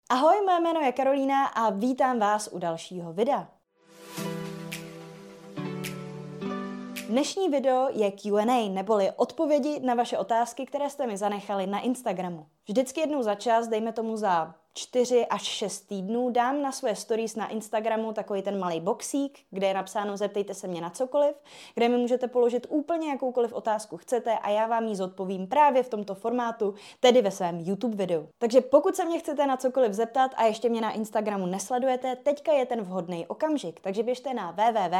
Ahoj, moje jméno je Karolína a vítám vás u dalšího videa. Dnešní video je Q&A, neboli odpovědi na vaše otázky, které jste mi zanechali na Instagramu. Vždycky jednou za čas, dejme tomu za 4 až 6 týdnů, dám na svoje stories na Instagramu takový ten malý boxík, kde je napsáno zeptejte se mě na cokoliv, kde mi můžete položit úplně jakoukoliv otázku chcete a já vám ji zodpovím právě v tomto formátu, tedy ve svém YouTube videu. Takže pokud se mě chcete na cokoliv zeptat a ještě mě na Instagramu nesledujete, teďka je ten vhodný okamžik, takže běžte na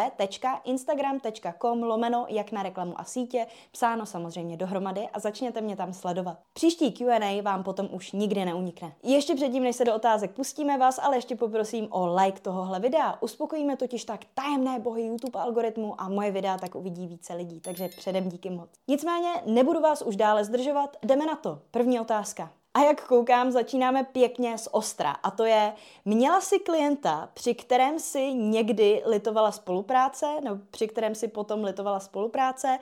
www.instagram.com/jak na reklamu a sítě, psáno samozřejmě dohromady a začněte mě tam sledovat. Příští Q&A vám potom už nikdy neunikne. Ještě předtím, než se do otázek pustíme, vás ale ještě poprosím o like tohohle videa. Uspokojíme totiž tak tajemné bohy YouTube algoritmu a moje videa tak uvidí více lidí, takže předem díky moc. Nicméně nebudu vás už dále zdržovat, jdeme na to. První otázka. A jak koukám, začínáme pěkně z ostra. A to je, měla jsi klienta, při kterém si někdy litovala spolupráce, nebo při kterém si potom litovala spolupráce?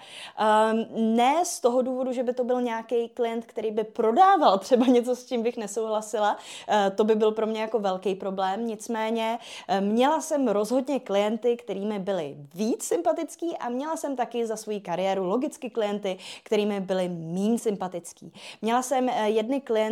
Ne z toho důvodu, že by to byl nějaký klient, který by prodával třeba něco, s čím bych nesouhlasila. To by byl pro mě jako velký problém. Nicméně měla jsem rozhodně klienty, kterými byli víc sympatický a měla jsem taky za svou kariéru logicky klienty, kterými byli míň sympatický. Měla jsem jedny klienty,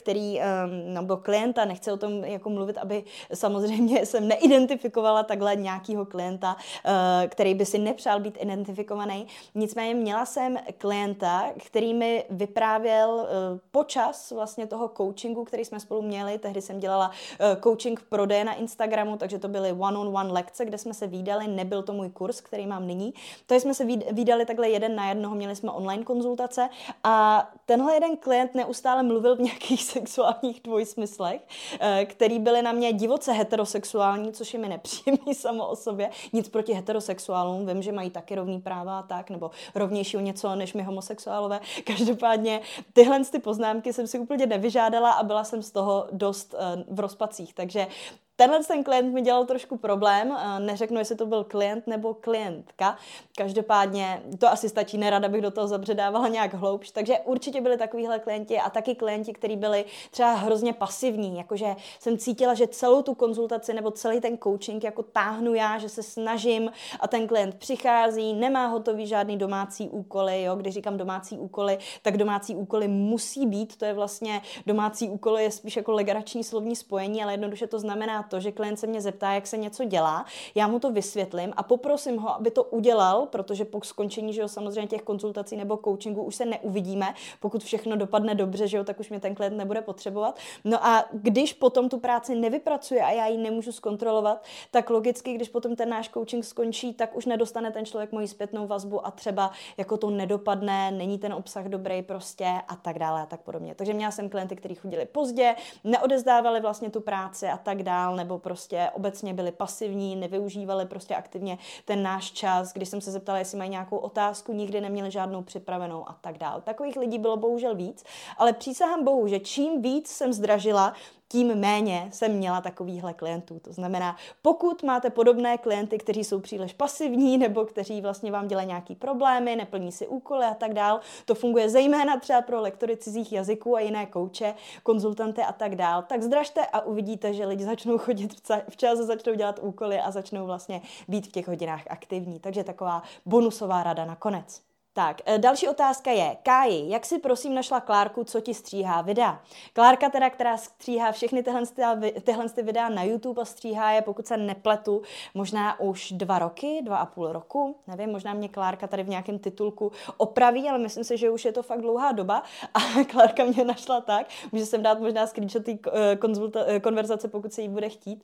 nebo klienta, nechci o tom jako mluvit, aby samozřejmě jsem neidentifikovala takhle nějakýho klienta, který by si nepřál být identifikovaný. Nicméně měla jsem klienta, který mi vyprávěl počas vlastně toho coachingu, který jsme spolu měli. Tehdy jsem dělala coaching prodeje na Instagramu, takže to byly one-on-one lekce, kde jsme se vídali, nebyl to můj kurz, který mám nyní. Takže jsme se vídali takhle jeden na jednoho, měli jsme online konzultace a tenhle jeden klient neustále mluvil v nějakých sexuálních dvojsmyslech, který byly na mě divoce heterosexuální, což je mi nepříjemný samo o sobě. Nic proti heterosexuálům, vím, že mají taky rovný práva a tak, nebo rovnější o něco než my homosexuálové. Každopádně tyhle poznámky jsem si úplně nevyžádala a byla jsem z toho dost v rozpacích, takže ten klient mi dělal trošku problém, neřeknu, jestli to byl klient nebo klientka. Každopádně to asi stačí, nerada bych do toho zabředávala nějak hloubš, takže určitě byli takovýhle klienti a taky klienti, kteří byli třeba hrozně pasivní, jakože jsem cítila, že celou tu konzultaci nebo celý ten coaching jako táhnu já, že se snažím a ten klient přichází, nemá hotový žádný domácí úkoly, jo? Když říkám domácí úkoly, tak domácí úkoly musí být, to je vlastně domácí úkoly je spíš jako legrační slovní spojení, ale jednoduše to znamená to, že klient se mě zeptá, jak se něco dělá, já mu to vysvětlím a poprosím ho, aby to udělal, protože po skončení, že jo, samozřejmě těch konzultací nebo coachingu už se neuvidíme, pokud všechno dopadne dobře, že jo, tak už mě ten klient nebude potřebovat. No a když potom tu práci nevypracuje a já ji nemůžu zkontrolovat, tak logicky, když potom ten náš coaching skončí, tak už nedostane ten člověk moji zpětnou vazbu a třeba jako to nedopadne, není ten obsah dobrý prostě a tak dále a tak podobně. Takže měla jsem klienty, kteří chodili pozdě, neodezdávali vlastně tu práci a tak dále, nebo prostě obecně byli pasivní, nevyužívali prostě aktivně ten náš čas. Když jsem se zeptala, jestli mají nějakou otázku, nikdy neměli žádnou připravenou a tak dále. Takových lidí bylo bohužel víc, ale přísahám Bohu, že čím víc jsem zdražila, tím méně jsem měla takovýchhle klientů. To znamená, pokud máte podobné klienty, kteří jsou příliš pasivní nebo kteří vlastně vám dělají nějaký problémy, neplní si úkoly a tak dál, to funguje zejména třeba pro lektory cizích jazyků a jiné kouče, konzultanty a tak dál, tak zdražte a uvidíte, že lidi začnou chodit včas, začnou dělat úkoly a začnou vlastně být v těch hodinách aktivní. Takže taková bonusová rada nakonec. Tak, další otázka je, Káji, jak si prosím našla Klárku, co ti stříhá videa? Klárka teda, která stříhá všechny tyhle videa na YouTube a stříhá je, pokud se nepletu, možná už 2 roky, 2,5 roku, nevím, možná mě Klárka tady v nějakém titulku opraví, ale myslím si, že už je to fakt dlouhá doba a Klárka mě našla tak, může sem dát možná screenshot té konverzace, pokud se jí bude chtít,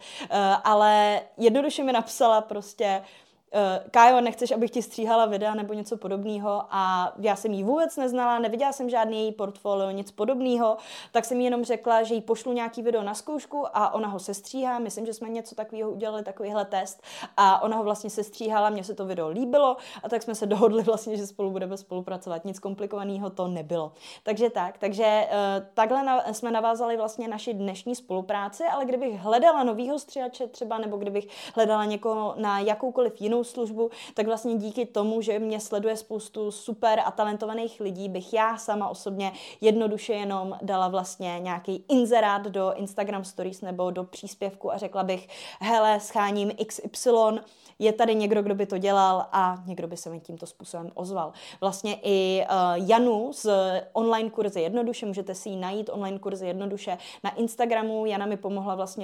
ale jednoduše mi napsala prostě, Kájo, nechceš, abych ti stříhala videa nebo něco podobného a já jsem jí vůbec neznala, neviděla jsem žádný její portfolio, nic podobného, tak jsem jí jenom řekla, že jí pošlu nějaký video na zkoušku a ona ho sestříhá, myslím, že jsme něco takového udělali, takovýhle test a ona ho vlastně sestříhala, mně se to video líbilo a tak jsme se dohodli vlastně, že spolu budeme spolupracovat, nic komplikovaného to nebylo. Takže takhle jsme navázali vlastně naši dnešní spolupráci, ale kdybych hledala novýho stříhače třeba, nebo kdybych hledala někoho na jakoukoliv jinou jinou službu, tak vlastně díky tomu, že mě sleduje spoustu super a talentovaných lidí, bych já sama osobně jednoduše jenom dala vlastně nějaký inzerát do Instagram Stories nebo do příspěvku a řekla bych, hele, scháním XY, je tady někdo, kdo by to dělal a někdo by se mi tímto způsobem ozval. Vlastně i Janu z online kurzy Jednoduše, můžete si ji najít, online kurzy Jednoduše na Instagramu. Jana mi pomohla vlastně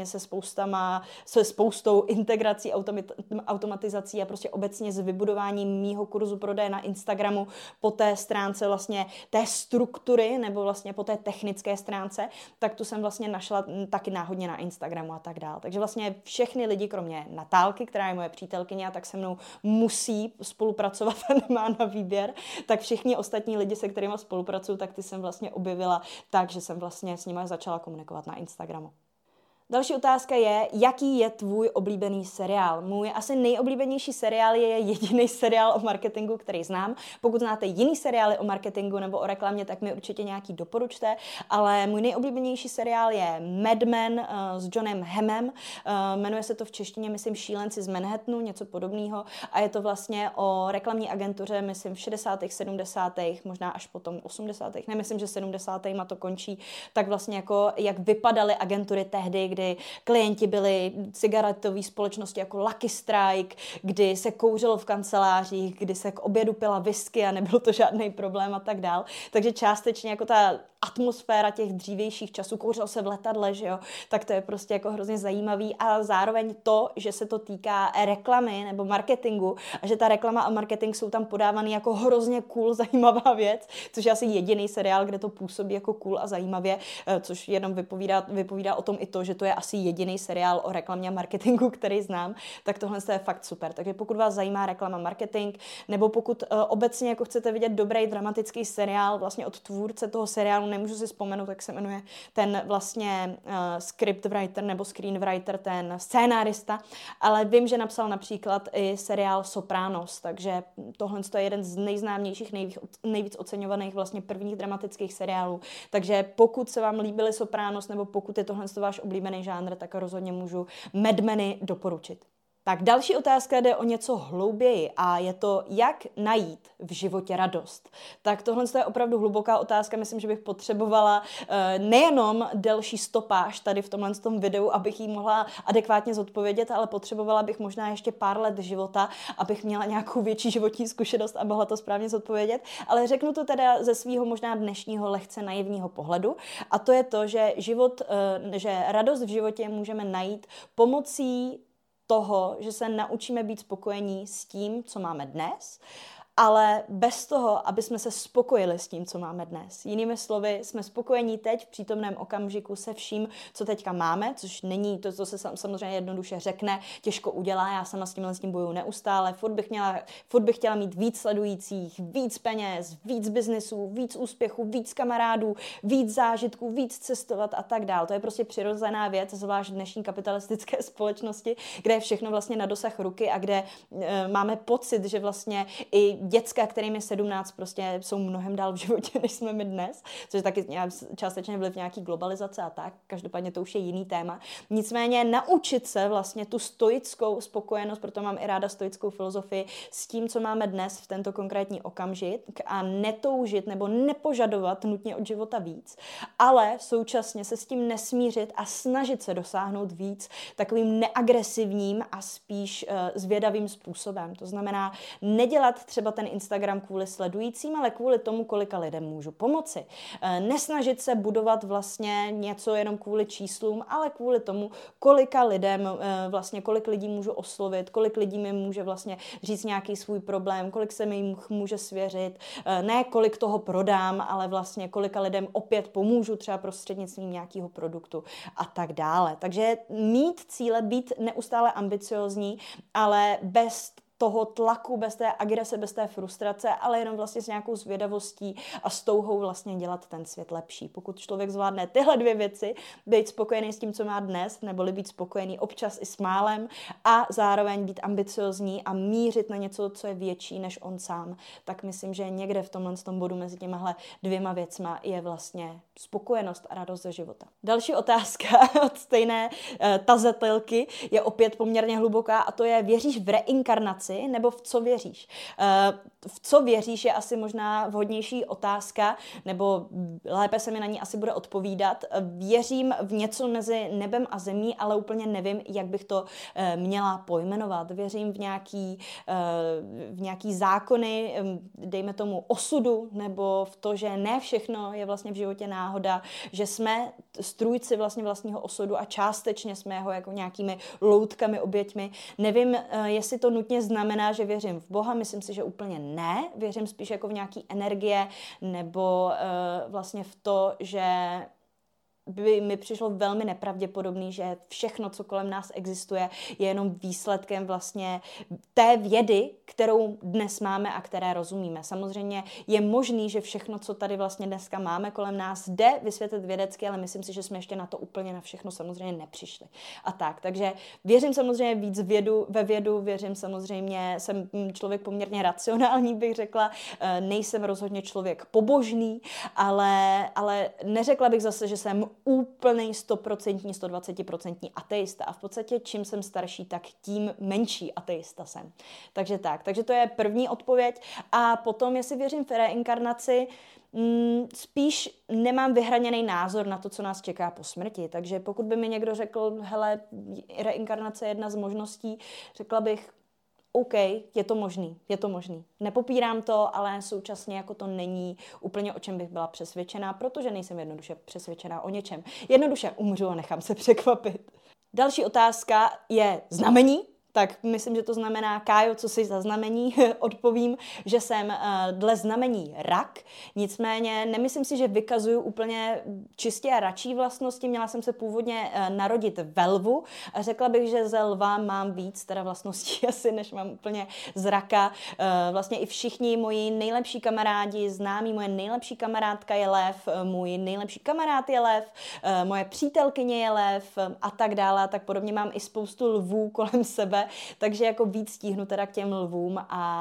se spoustou integrací, automatizací a prostě obecně s vybudováním mýho kurzu prodeje na Instagramu po té stránce vlastně té struktury nebo vlastně po té technické stránce, tak tu jsem vlastně našla taky náhodně na Instagramu a tak dál. Takže vlastně všechny lidi, kromě Natálky, která je moje přítelkyně a tak se mnou musí spolupracovat a nemá na výběr, tak všichni ostatní lidi, se kterými spolupracuju, tak ty jsem vlastně objevila tak, že jsem vlastně s nimi začala komunikovat na Instagramu. Další otázka je, jaký je tvůj oblíbený seriál? Můj asi nejoblíbenější seriál je jediný seriál o marketingu, který znám. Pokud znáte jiný seriály o marketingu nebo o reklamě, tak mi určitě nějaký doporučte, ale můj nejoblíbenější seriál je Mad Men s Johnem Hammem. Jmenuje se to v češtině, myslím, Šílenci z Manhattanu, něco podobného. A je to vlastně o reklamní agentuře, myslím, v 60., 70., možná až potom 80., nemyslím, že 70. to končí, tak vlastně jako, jak vypadaly agentury tehdy, kdy klienti byli cigaretové společnosti jako Lucky Strike, kdy se kouřilo v kancelářích, kdy se k obědu pila whisky a nebyl to žádný problém a tak dál. Takže částečně jako ta atmosféra těch dřívějších časů, kouřilo se v letadle, že jo, tak to je prostě jako hrozně zajímavý a zároveň to, že se to týká reklamy nebo marketingu a že ta reklama a marketing jsou tam podávaný jako hrozně cool, zajímavá věc, což je asi jediný seriál, kde to působí jako cool a zajímavě, což jenom vypovídá o tom i to, že to je asi jediný seriál o reklamě a marketingu, který znám, tak tohle je fakt super. Takže pokud vás zajímá reklama, marketing, nebo pokud obecně jako chcete vidět dobrý dramatický seriál vlastně od tvůrce toho seriálu, nemůžu si vzpomenout, jak se jmenuje ten vlastně scriptwriter nebo screenwriter, ten scénárista, ale vím, že napsal například i seriál Sopranos, takže tohle je jeden z nejznámějších, nejvíc oceňovaných vlastně prvních dramatických seriálů. Takže pokud se vám líbily Sopranos nebo pokud je tohle váš oblíbený žánr, tak rozhodně můžu Mad Meny doporučit. Tak další otázka jde o něco hlouběji a je to, jak najít v životě radost. Tak tohle je opravdu hluboká otázka, myslím, že bych potřebovala nejenom delší stopáž tady v tomhle videu, abych ji mohla adekvátně zodpovědět, ale potřebovala bych možná ještě pár let života, abych měla nějakou větší životní zkušenost a mohla to správně zodpovědět, ale řeknu to teda ze svého možná dnešního lehce naivního pohledu a to je to, že že radost v životě můžeme najít pomocí toho, že se naučíme být spokojení s tím, co máme dnes, ale bez toho, aby jsme se spokojili s tím, co máme dnes. Jinými slovy, jsme spokojení teď v přítomném okamžiku se vším, co teďka máme, což není to, co se samozřejmě jednoduše řekne, těžko udělá, já sama s tím bojuju neustále, furt bych chtěla mít víc sledujících, víc peněz, víc biznesů, víc úspěchů, víc kamarádů, víc zážitků, víc cestovat a tak dál. To je prostě přirozená věc, zvlášť v dnešní kapitalistické společnosti, kde je všechno vlastně na dosah ruky a kde máme pocit, že vlastně i děcka, kterým je 17, prostě jsou mnohem dál v životě, než jsme my dnes, což je taky částečně vliv nějaký globalizace a tak, každopádně to už je jiný téma. Nicméně naučit se vlastně tu stoickou spokojenost, proto mám i ráda stoickou filozofii, s tím, co máme dnes v tento konkrétní okamžik a netoužit nebo nepožadovat nutně od života víc, ale současně se s tím nesmířit a snažit se dosáhnout víc takovým neagresivním a spíš zvědavým způsobem. To znamená nedělat třeba ten Instagram kvůli sledujícím, ale kvůli tomu, kolika lidem můžu pomoci. Nesnažit se budovat vlastně něco jenom kvůli číslům, ale kvůli tomu, kolika lidem vlastně, kolik lidí můžu oslovit, kolik lidí mi může vlastně říct nějaký svůj problém, kolik se mi jim může svěřit, ne kolik toho prodám, ale vlastně kolika lidem opět pomůžu třeba prostřednictvím nějakého produktu a tak dále. Takže mít cíle, být neustále ambiciózní, ale bez toho tlaku, bez té agrese, bez té frustrace, ale jenom vlastně s nějakou zvědavostí a s touhou vlastně dělat ten svět lepší. Pokud člověk zvládne tyhle dvě věci, být spokojený s tím, co má dnes, neboli být spokojený občas i s málem a zároveň být ambiciozní a mířit na něco, co je větší než on sám, tak myslím, že někde v tomhle bodu mezi těmahle dvěma věcma je vlastně spokojenost a radost ze života. Další otázka od stejné tazatelky je opět poměrně hluboká a to je, věříš v reinkarnaci? si, nebo v co věříš? V co věříš je asi možná vhodnější otázka, nebo lépe se mi na ní asi bude odpovídat. Věřím v něco mezi nebem a zemí, ale úplně nevím, jak bych to měla pojmenovat. Věřím v nějaký zákony, dejme tomu osudu, nebo v to, že ne všechno je vlastně v životě náhoda, že jsme strůjci vlastně vlastního osudu a částečně jsme ho jako nějakými loutkami, oběťmi. Nevím, jestli to nutně znamená, že věřím v Boha, myslím si, že úplně ne. Věřím spíš jako v nějaký energie nebo vlastně v to, že by mi přišlo velmi nepravděpodobný, že všechno, co kolem nás existuje, je jenom výsledkem vlastně té vědy, kterou dnes máme a které rozumíme. Samozřejmě je možný, že všechno, co tady vlastně dneska máme kolem nás, jde vysvětlit vědecky, ale myslím si, že jsme ještě na to úplně na všechno samozřejmě nepřišli. A tak, takže věřím samozřejmě víc ve vědu, věřím samozřejmě, jsem člověk poměrně racionální, bych řekla, nejsem rozhodně člověk pobožný, ale neřekla bych zase, že jsem úplnej 100%, 120% ateista. A v podstatě čím jsem starší, tak tím menší ateista jsem. Takže tak. Takže to je první odpověď. A potom, jestli věřím v reinkarnaci, spíš nemám vyhraněný názor na to, co nás čeká po smrti. Takže pokud by mi někdo řekl, hele, reinkarnace je jedna z možností, řekla bych, OK, je to možný. Nepopírám to, ale současně jako to není úplně, o čem bych byla přesvědčená, protože nejsem jednoduše přesvědčená o něčem. Jednoduše umřu a nechám se překvapit. Další otázka je znamení. Tak myslím, že to znamená, Kájo, co jsi za znamení? Odpovím, že jsem dle znamení rak, nicméně nemyslím si, že vykazuju úplně čistě račí vlastnosti. Měla jsem se původně narodit ve lvu a řekla bych, že ze lva mám víc teda vlastností asi, než mám úplně z raka. Vlastně i všichni moji nejlepší kamarádi, známí, moje nejlepší kamarádka je lev, můj nejlepší kamarád je lev, moje přítelkyně je lev a tak dále a tak podobně. Mám i spoustu lvů kolem sebe, takže jako víc stíhnu teda k těm lvům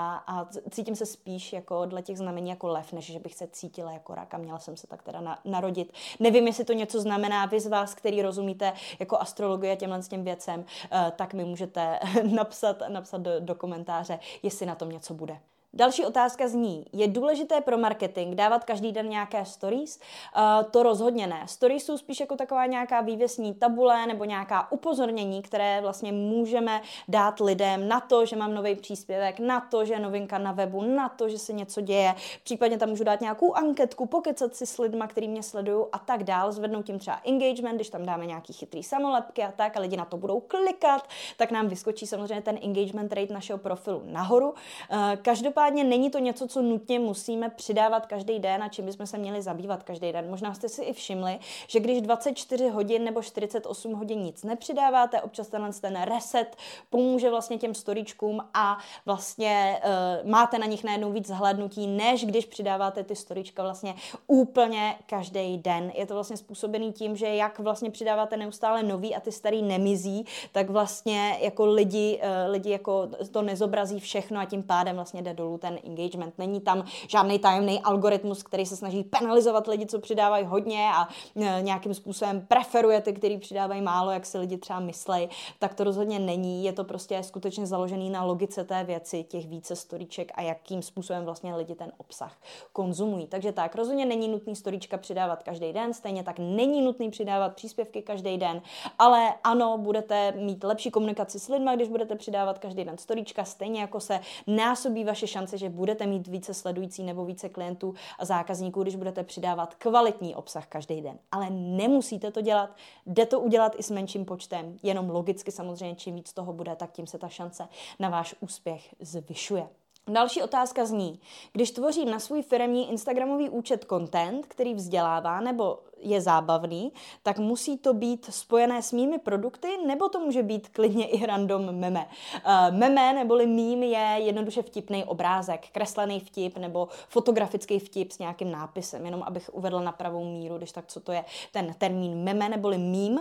a cítím se spíš jako dle těch znamení jako lev, než že bych se cítila jako rak a měla jsem se tak teda narodit. Nevím, jestli to něco znamená, vy z vás, který rozumíte jako astrologie a těm věcem, tak mi můžete napsat do komentáře, jestli na tom něco bude. Další otázka zní, je důležité pro marketing dávat každý den nějaké stories? To rozhodně ne. Stories jsou spíš jako taková nějaká vývěsní tabule nebo nějaká upozornění, které vlastně můžeme dát lidem na to, že mám nový příspěvek, na to, že je novinka na webu, na to, že se něco děje. Případně tam můžu dát nějakou anketku, pokecat si s lidma, který mě sledují a tak dál. Zvednout tím třeba engagement, když tam dáme nějaký chytrý samolepky a tak a lidi na to budou klikat, tak nám vyskočí samozřejmě ten engagement rate našeho profilu nahoru. Každopádně není to něco, co nutně musíme přidávat každý den a čím bychom se měli zabývat každý den. Možná jste si i všimli, že když 24 hodin nebo 48 hodin nic nepřidáváte, občas ten reset pomůže vlastně těm storíčkům a vlastně máte na nich najednou víc zhlédnutí, než když přidáváte ty storíčka vlastně úplně každý den. Je to vlastně způsobený tím, že jak vlastně přidáváte neustále nový a ty starý nemizí, tak vlastně jako lidi jako to nezobrazí všechno a tím pádem vlastně jde dolů ten engagement. Není tam žádný tajemný algoritmus, který se snaží penalizovat lidi, co přidávají hodně a nějakým způsobem preferuje ty, který přidávají málo, jak si lidi třeba myslejí. Tak to rozhodně není. Je to prostě skutečně založený na logice té věci, těch více storíček a jakým způsobem vlastně lidi ten obsah konzumují. Takže tak, rozhodně není nutný storíčka přidávat každý den, stejně tak není nutný přidávat příspěvky každý den, ale ano, budete mít lepší komunikaci s lidmi, když budete přidávat každý den storíčka, stejně jako se násobí vaše šance, že budete mít více sledující nebo více klientů a zákazníků, když budete přidávat kvalitní obsah každý den. Ale nemusíte to dělat, jde to udělat i s menším počtem, jenom logicky samozřejmě, čím víc toho bude, tak tím se ta šance na váš úspěch zvyšuje. Další otázka zní, když tvořím na svůj firemní instagramový účet content, který vzdělává nebo je zábavný, tak musí to být spojené s mými produkty, nebo to může být klidně i random meme. Meme neboli meme je jednoduše vtipný obrázek, kreslený vtip nebo fotografický vtip s nějakým nápisem, jenom abych uvedla na pravou míru, když tak co to je ten termín meme neboli meme.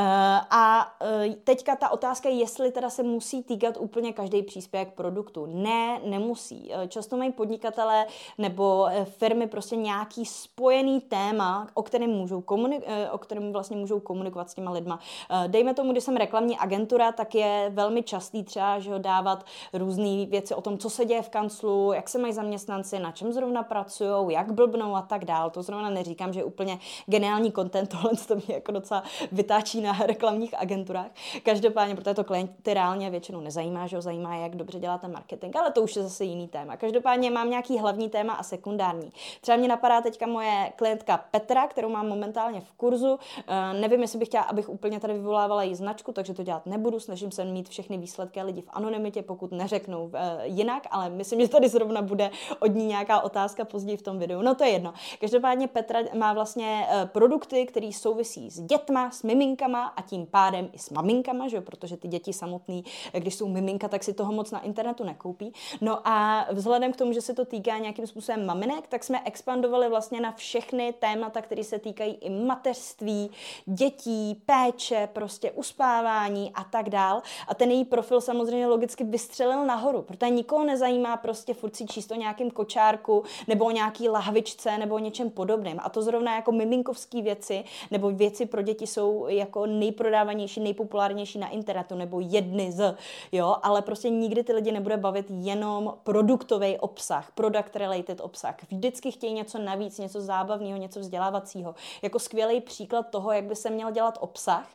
A teďka ta otázka je, jestli teda se musí týkat úplně každý příspěvek produktu. Ne, nemusí. Často mají podnikatelé nebo firmy prostě nějaký spojený téma, o kterém o kterém vlastně můžou komunikovat s těma lidma. Dejme tomu, když jsem reklamní agentura, tak je velmi častý třeba, že ho dávat různé věci o tom, co se děje v kanclu, jak se mají zaměstnanci, na čem zrovna pracujou, jak blbnou a tak dál. To zrovna neříkám, že je úplně geniální content, tohle to mě jako docela vytáčí na reklamních agenturách. Každopádně, protože to klienty reálně většinou nezajímá, že ho zajímá, jak dobře děláte marketing, ale to už je zase jiný téma. Každopádně mám nějaký hlavní téma a sekundární. Třeba mě napadá teďka moje klientka Petra, kterou mám momentálně v kurzu. Nevím, jestli bych chtěla, abych úplně tady vyvolávala její značku, takže to dělat nebudu. Snažím se mít všechny výsledky a lidi v anonymitě, pokud neřeknou jinak, ale myslím, že tady zrovna bude od ní nějaká otázka později v tom videu. No to je jedno. Každopádně Petra má vlastně produkty, které souvisí s dětma, s miminkama a tím pádem i s maminkama, že jo? Protože ty děti samotný, když jsou miminka, tak si toho moc na internetu nekoupí. No a vzhledem k tomu, že se to týká nějakým způsobem maminek, tak jsme expandovali vlastně na všechny témata, které se týkají i mateřství, dětí, péče, prostě uspávání a tak dál. A ten její profil samozřejmě logicky vystřelil nahoru, protože nikoho nezajímá prostě furt si číst o nějakém kočárku nebo o nějaký lahvičce nebo o něčem podobném. A to zrovna jako miminkovský věci nebo věci pro děti jsou jako nejprodávanější, nejpopulárnější na internetu nebo jedny z, jo, ale prostě nikdy ty lidi nebude bavit jenom produktový obsah, product related obsah. Vždycky chtějí něco navíc, něco zábavného, něco vzdělávacího. Jako skvělý příklad toho, jak by se měl dělat obsah.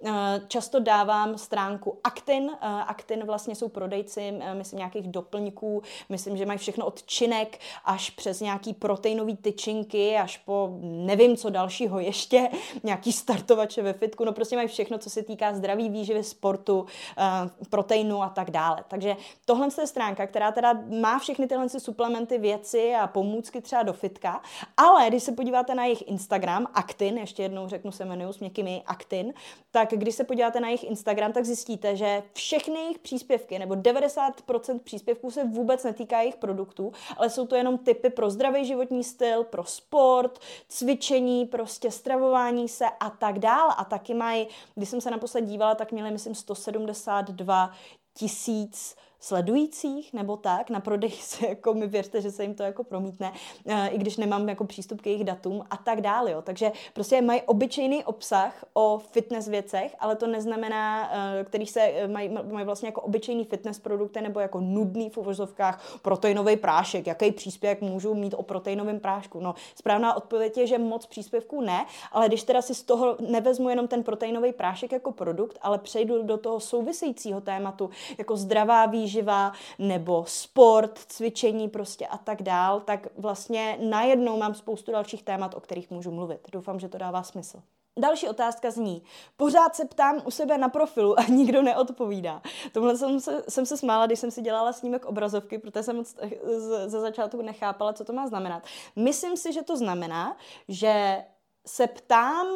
Často dávám stránku Actin. Actin vlastně jsou prodejci, myslím, nějakých doplňků. Myslím, že mají všechno od činek až přes nějaký proteinový tyčinky, až po nevím co dalšího ještě, nějaký startovače ve fitku. No prostě mají všechno, co se týká zdraví výživy, sportu, proteinu a tak dále. Takže tohle je stránka, která teda má všechny tyhle suplementy, věci a pomůcky třeba do fitka, ale když se podíváte na jejich Instagram, Actin, ještě jednou řeknu, se jmenuju s měkkými Actin, tak když se podíváte na jejich Instagram, tak zjistíte, že všechny jejich příspěvky, nebo 90% příspěvků se vůbec netýká jejich produktů, ale jsou to jenom tipy pro zdravý životní styl, pro sport, cvičení, prostě stravování se a tak dál. A taky mají, když jsem se naposled dívala, tak měli, myslím, 172 000 sledujících nebo tak, na prodej se, jako mi věřte, že se jim to jako promítne, i když nemám jako přístup k jejich datům a tak dále, jo. Takže prostě mají obyčejný obsah o fitness věcech, ale to neznamená, který se mají vlastně jako obyčejný fitness produkty nebo jako nudný v uvozovkách proteinový prášek, jaký příspěvek můžu mít o proteinovém prášku. No, správná odpověď je, že moc příspěvků ne, ale když teda si z toho nevezmu jenom ten proteinový prášek jako produkt, ale přejdu do toho souvisejícího tématu, jako zdravá výživa nebo sport, cvičení prostě a tak dál, tak vlastně najednou mám spoustu dalších témat, o kterých můžu mluvit. Doufám, že to dává smysl. Další otázka zní, pořád se ptám u sebe na profilu a nikdo neodpovídá. Tomhle jsem se smála, když jsem si dělala snímek obrazovky, protože jsem ze začátku nechápala, co to má znamenat. Myslím si, že to znamená, že se ptám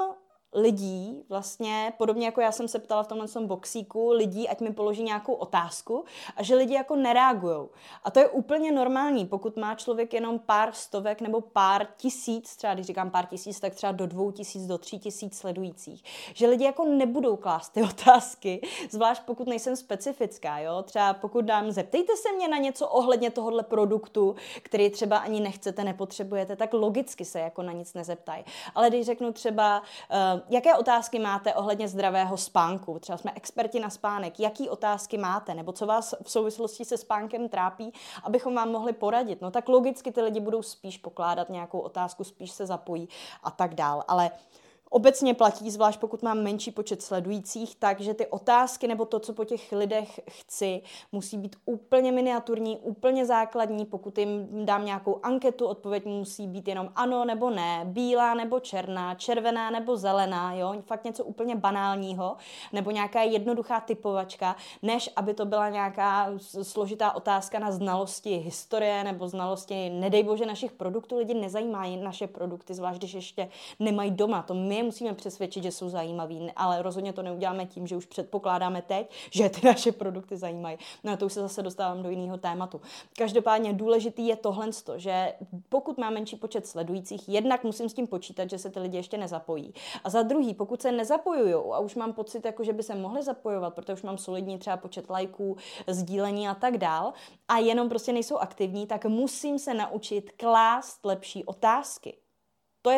lidí, vlastně podobně jako já jsem se ptala v tomhle boxíku lidí, ať mi položí nějakou otázku a že lidi jako nereagujou. A to je úplně normální, pokud má člověk jenom pár stovek nebo pár tisíc, třeba když říkám pár tisíc, tak třeba do 2000, do 3000 sledujících. Že lidi jako nebudou klást ty otázky, zvlášť pokud nejsem specifická, jo? Třeba pokud dám, zeptejte se mě na něco ohledně tohohle produktu, který třeba ani nechcete, nepotřebujete, tak logicky se jako na nic nezeptají. Ale když řeknu třeba jaké otázky máte ohledně zdravého spánku? Třeba jsme experti na spánek. Jaký otázky máte? Nebo co vás v souvislosti se spánkem trápí, abychom vám mohli poradit? No tak logicky ty lidi budou spíš pokládat nějakou otázku, spíš se zapojí a tak dál. Ale obecně platí, zvlášť pokud mám menší počet sledujících, takže ty otázky nebo to, co po těch lidech chci, musí být úplně miniaturní, úplně základní. Pokud jim dám nějakou anketu, odpověď musí být jenom ano nebo ne, bílá nebo černá, červená nebo zelená, jo? Fakt něco úplně banálního, nebo nějaká jednoduchá typovačka, než aby to byla nějaká složitá otázka na znalosti historie nebo znalosti, nedej bože, našich produktů. Lidi nezajímají naše produkty, zvlášť když ještě nemají doma. To my musíme přesvědčit, že jsou zajímaví, ale rozhodně to neuděláme tím, že už předpokládáme teď, že ty naše produkty zajímají. No a to už se zase dostávám do jiného tématu. Každopádně důležitý je tohle, že pokud mám menší počet sledujících, jednak musím s tím počítat, že se ty lidi ještě nezapojí. A za druhý, pokud se nezapojují a už mám pocit, jako že by se mohli zapojovat, protože už mám solidní třeba počet lajků, sdílení a tak dál, a jenom prostě nejsou aktivní, tak musím se naučit klást lepší otázky. To je ono.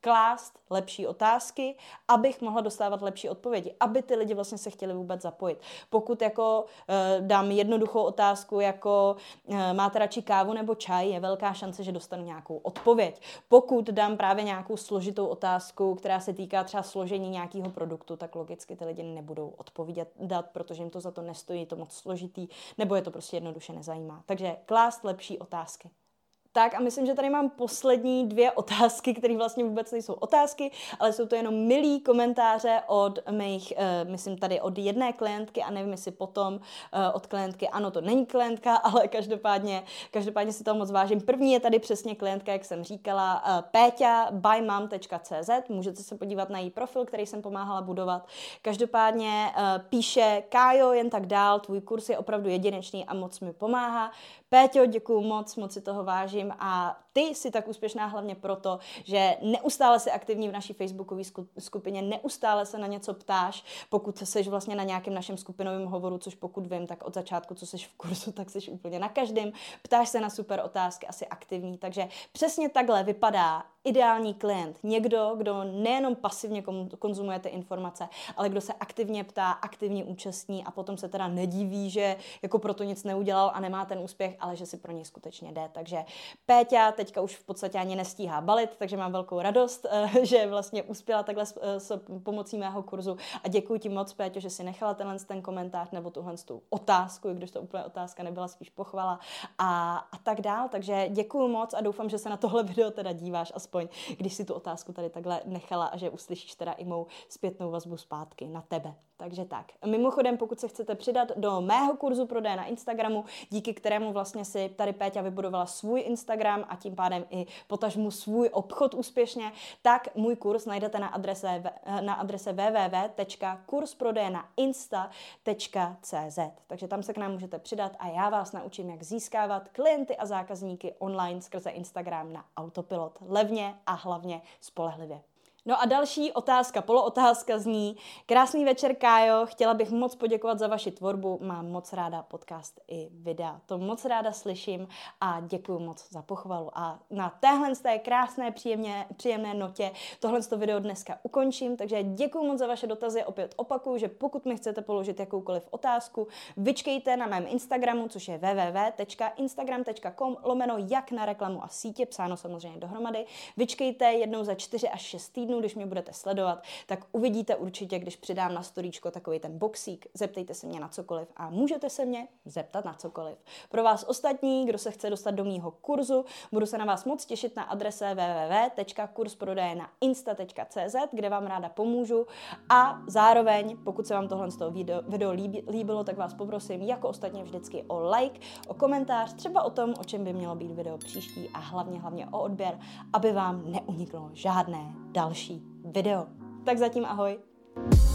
klást lepší otázky, abych mohla dostávat lepší odpovědi, aby ty lidi vlastně se chtěli vůbec zapojit. Pokud jako dám jednoduchou otázku, jako máte radši kávu nebo čaj, je velká šance, že dostanu nějakou odpověď. Pokud dám právě nějakou složitou otázku, která se týká třeba složení nějakého produktu, tak logicky ty lidi nebudou odpovídat, protože jim to za to nestojí, je to moc složitý, nebo je to prostě jednoduše nezajímá. Takže klást lepší otázky. Tak a myslím, že tady mám poslední 2 otázky, které vlastně vůbec nejsou otázky, ale jsou to jenom milý komentáře od mých, myslím tady od jedné klientky a nevím, jestli potom od klientky, ano, to není klientka, ale každopádně si toho moc vážím. První je tady přesně klientka, jak jsem říkala, Péťa bymam.cz, můžete se podívat na její profil, který jsem pomáhala budovat. Každopádně píše: Kájo, jen tak dál, tvůj kurz je opravdu jedinečný a moc mi pomáhá. Péťo, děkuju moc si toho vážím a ty jsi tak úspěšná hlavně proto, že neustále jsi aktivní v naší facebookové skupině, neustále se na něco ptáš, pokud jsi vlastně na nějakém našem skupinovém hovoru, což pokud vím, tak od začátku, co jsi v kurzu, tak jsi úplně na každém, ptáš se na super otázky, asi aktivní, takže přesně takhle vypadá ideální klient. Někdo, kdo nejenom pasivně konzumuje ty informace, ale kdo se aktivně ptá, aktivně účastní a potom se teda nediví, že jako proto nic neudělal a nemá ten úspěch, ale že si pro něj skutečně jde. Takže Péťa teďka už v podstatě ani nestíhá balit, takže mám velkou radost, že vlastně uspěla takhle s pomocí mého kurzu a děkuji ti moc, Péťo, že si nechala ten komentář nebo tuhle tu otázku, i když to úplně otázka nebyla, spíš pochvala a tak dál. Takže děkuji moc a doufám, že se na tohle video teda díváš aspoň, když si tu otázku tady takhle nechala a že uslyšíš teda i mou zpětnou vazbu zpátky na tebe. Takže tak. Mimochodem, pokud se chcete přidat do mého kurzu prodeje na Instagramu, díky kterému vlastně si tady Péťa vybudovala svůj Instagram a tím pádem i potažmu svůj obchod úspěšně, tak můj kurz najdete na adrese www.kursprodejenainsta.cz. Takže tam se k nám můžete přidat a já vás naučím, jak získávat klienty a zákazníky online skrze Instagram na autopilot. Levně a hlavně spolehlivě. No a další otázka, polootázka zní: Krásný večer, Kájo, chtěla bych moc poděkovat za vaši tvorbu, mám moc ráda podcast i videa. To moc ráda slyším a děkuji moc za pochvalu. A na téhle z té krásné, příjemné notě tohle video dneska ukončím, takže děkuji moc za vaše dotazy. Opět opakuju, že pokud mi chcete položit jakoukoliv otázku, vyčkejte na mém Instagramu, což je www.instagram.com/jak na reklamu a sítě, psáno samozřejmě dohromady. Vyčkejte jednou za 4 až 6 týdnů, když mě budete sledovat, tak uvidíte určitě, když přidám na storíčko takový ten boxík, zeptejte se mě na cokoliv a můžete se mě zeptat na cokoliv. Pro vás ostatní, kdo se chce dostat do mýho kurzu, budu se na vás moc těšit na adrese www.kursprodejenainsta.cz, kde vám ráda pomůžu a zároveň, pokud se vám tohle z toho video líbilo, tak vás poprosím, jako ostatně vždycky, o like, o komentář, třeba o tom, o čem by mělo být video příští a hlavně o odběr, aby vám neuniklo žádné další video. Tak zatím ahoj.